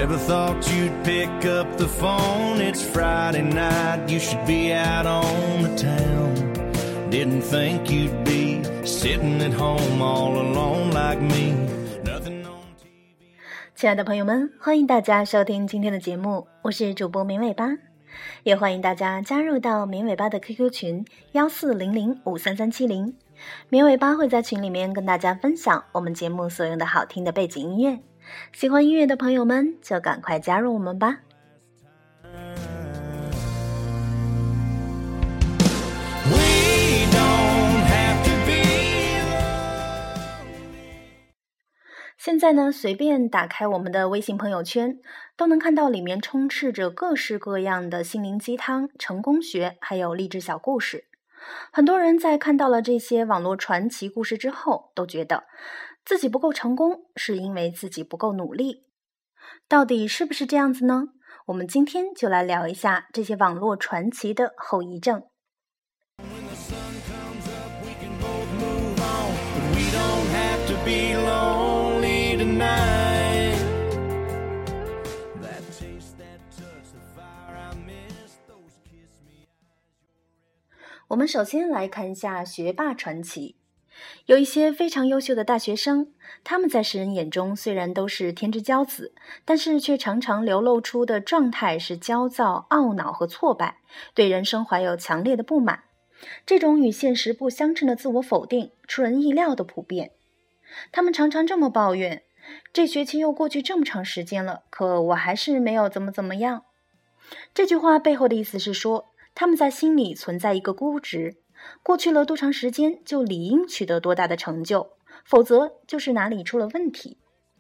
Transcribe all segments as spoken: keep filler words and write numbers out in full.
Never thought you'd pick up the phone. It's Friday night, you should be out on the town. Didn't think you'd be sitting at home all alone like me. Nothing on T V. 亲爱的朋友们，欢迎大家收听今天的节目，我是主播明尾巴，也欢迎大家加入到明尾巴的 Q Q 群幺四零零五三三七零。明尾巴会在群里面跟大家分享我们节目所用的好听的背景音乐，喜欢音乐的朋友们就赶快加入我们吧。现在呢，随便打开我们的微信朋友圈，都能看到里面充斥着各式各样的心灵鸡汤、成功学，还有励志小故事。很多人在看到了这些网络传奇故事之后，都觉得自己不够成功，是因为自己不够努力。到底是不是这样子呢？我们今天就来聊一下这些网络传奇的后遗症。我们首先来看一下学霸传奇。有一些非常优秀的大学生，他们在世人眼中虽然都是天之骄子，但是却常常流露出的状态是焦躁、懊恼和挫败，对人生怀有强烈的不满。这种与现实不相称的自我否定，出人意料的普遍。他们常常这么抱怨，这学期又过去这么长时间了，可我还是没有怎么怎么样。这句话背后的意思是说，他们在心里存在一个估值，过去了多长时间就理应取得多大的成就，否则就是哪里出了问题。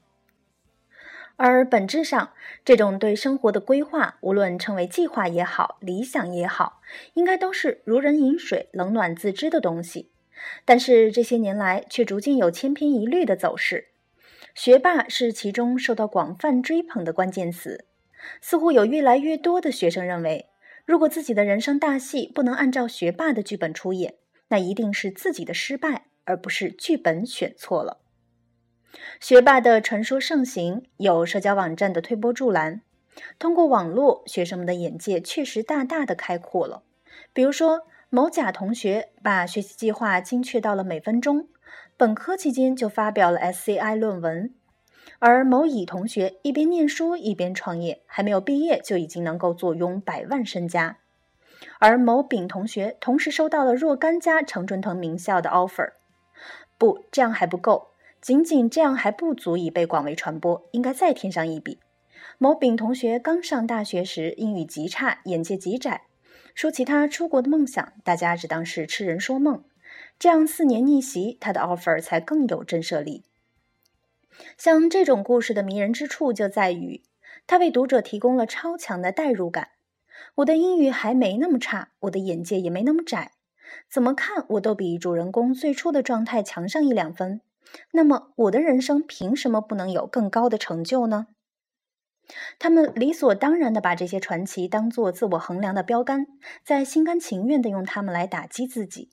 而本质上，这种对生活的规划，无论称为计划也好，理想也好，应该都是如人饮水，冷暖自知的东西。但是这些年来却逐渐有千篇一律的走势，学霸是其中受到广泛追捧的关键词。似乎有越来越多的学生认为，如果自己的人生大戏不能按照学霸的剧本出演，那一定是自己的失败，而不是剧本选错了。学霸的传说盛行，有社交网站的推波助澜，通过网络，学生们的眼界确实大大的开阔了。比如说，某甲同学把学习计划精确到了每分钟，本科期间就发表了 S C I 论文。而某乙同学一边念书一边创业，还没有毕业就已经能够坐拥百万身家。而某丙同学同时收到了若干家常春藤名校的 offer。 不，这样还不够，仅仅这样还不足以被广为传播，应该再添上一笔。某丙同学刚上大学时英语极差，眼界极窄，说起他出国的梦想，大家只当是痴人说梦。这样四年逆袭，他的 offer 才更有震慑力。像这种故事的迷人之处就在于，它为读者提供了超强的代入感。我的英语还没那么差，我的眼界也没那么窄，怎么看我都比主人公最初的状态强上一两分，那么我的人生凭什么不能有更高的成就呢？他们理所当然地把这些传奇当作自我衡量的标杆，在心甘情愿地用它们来打击自己。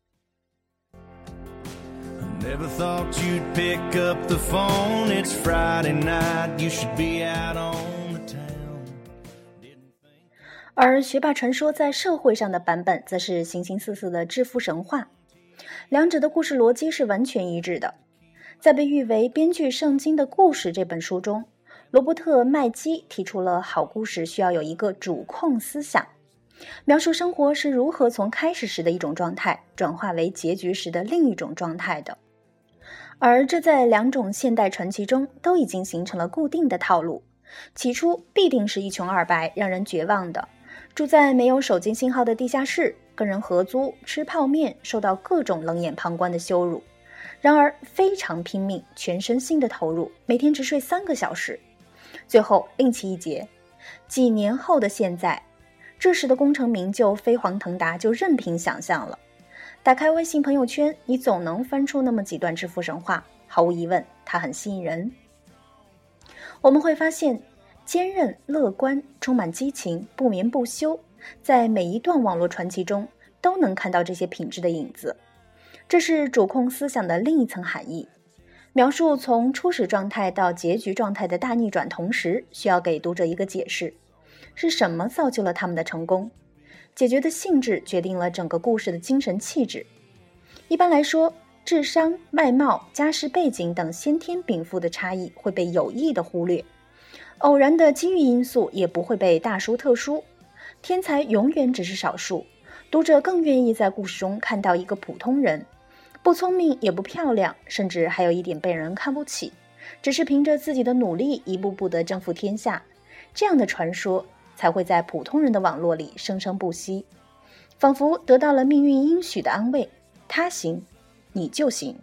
Never thought you'd pick up the phone. It's Friday night, you should be out on the town. 而学霸传说在社会上的版本则是形形色色的致富神话，两者的故事逻辑是完全一致的。在被誉为编剧圣经的故事这本书中，罗伯特麦基提出了好故事需要有一个主控思想，描述生活是如何从开始时的一种状态转化为结局时的另一种状态的。而这在两种现代传奇中都已经形成了固定的套路，起初必定是一穷二白，让人绝望的，住在没有手机信号的地下室，跟人合租，吃泡面，受到各种冷眼旁观的羞辱。然而非常拼命，全身心的投入，每天只睡三个小时。最后另起一节，几年后的现在，这时的功成名就飞黄腾达就任凭想象了。打开微信朋友圈，你总能翻出那么几段致富神话，毫无疑问，它很吸引人。我们会发现，坚韧、乐观、充满激情、不眠不休，在每一段网络传奇中都能看到这些品质的影子。这是主控思想的另一层含义。 描述从初始状态到结局状态的大逆转，同时需要给读者一个解释，是什么造就了他们的成功？解决的性质决定了整个故事的精神气质。一般来说，智商、外貌、家世背景等先天禀赋的差异会被有意的忽略，偶然的机遇因素也不会被大书特书。天才永远只是少数，读者更愿意在故事中看到一个普通人，不聪明也不漂亮，甚至还有一点被人看不起，只是凭着自己的努力一步步地征服天下。这样的传说才会在普通人的网络里生生不息，仿佛得到了命运应许的安慰，他行，你就行。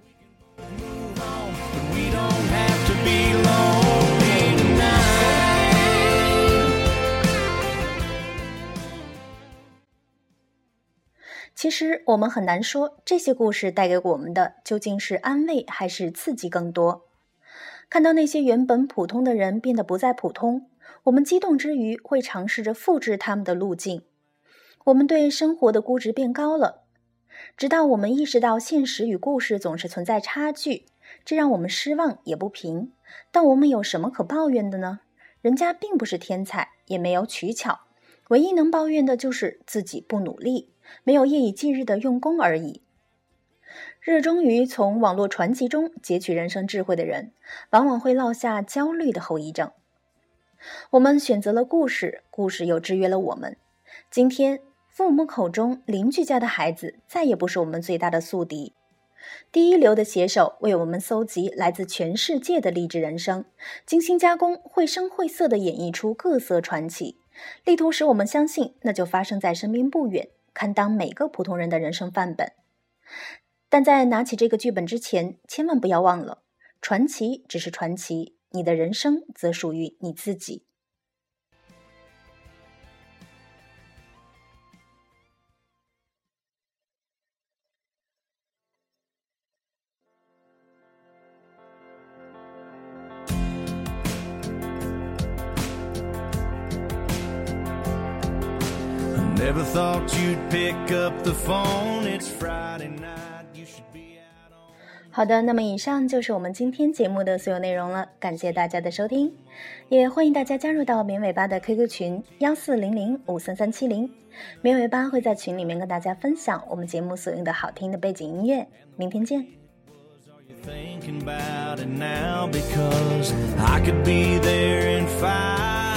其实我们很难说这些故事带给我们的究竟是安慰还是刺激更多。看到那些原本普通的人变得不再普通，我们激动之余会尝试着复制他们的路径，我们对生活的估值变高了，直到我们意识到现实与故事总是存在差距，这让我们失望也不平。但我们有什么可抱怨的呢？人家并不是天才，也没有取巧，唯一能抱怨的就是自己不努力，没有夜以继日的用功而已。热衷于从网络传奇中截取人生智慧的人，往往会落下焦虑的后遗症。我们选择了故事，故事又制约了我们。今天，父母口中邻居家的孩子再也不是我们最大的宿敌。第一流的写手为我们搜集来自全世界的励志人生，精心加工，绘声绘色地演绎出各色传奇，力图使我们相信那就发生在身边不远，堪当每个普通人的人生范本。但在拿起这个剧本之前，千万不要忘了，传奇只是传奇，你的人生则属于你自己。 Never thought you'd pick up the phone. It's Friday night. You should be out on. 好的，那么以上就是我们今天节目的所有内容了，感谢大家的收听，也欢迎大家加入到绵尾巴的 Q Q 群幺四零零五三三七零，绵尾巴会在群里面跟大家分享我们节目所用的好听的背景音乐。明天见。 Thinking about it now because I could be there in five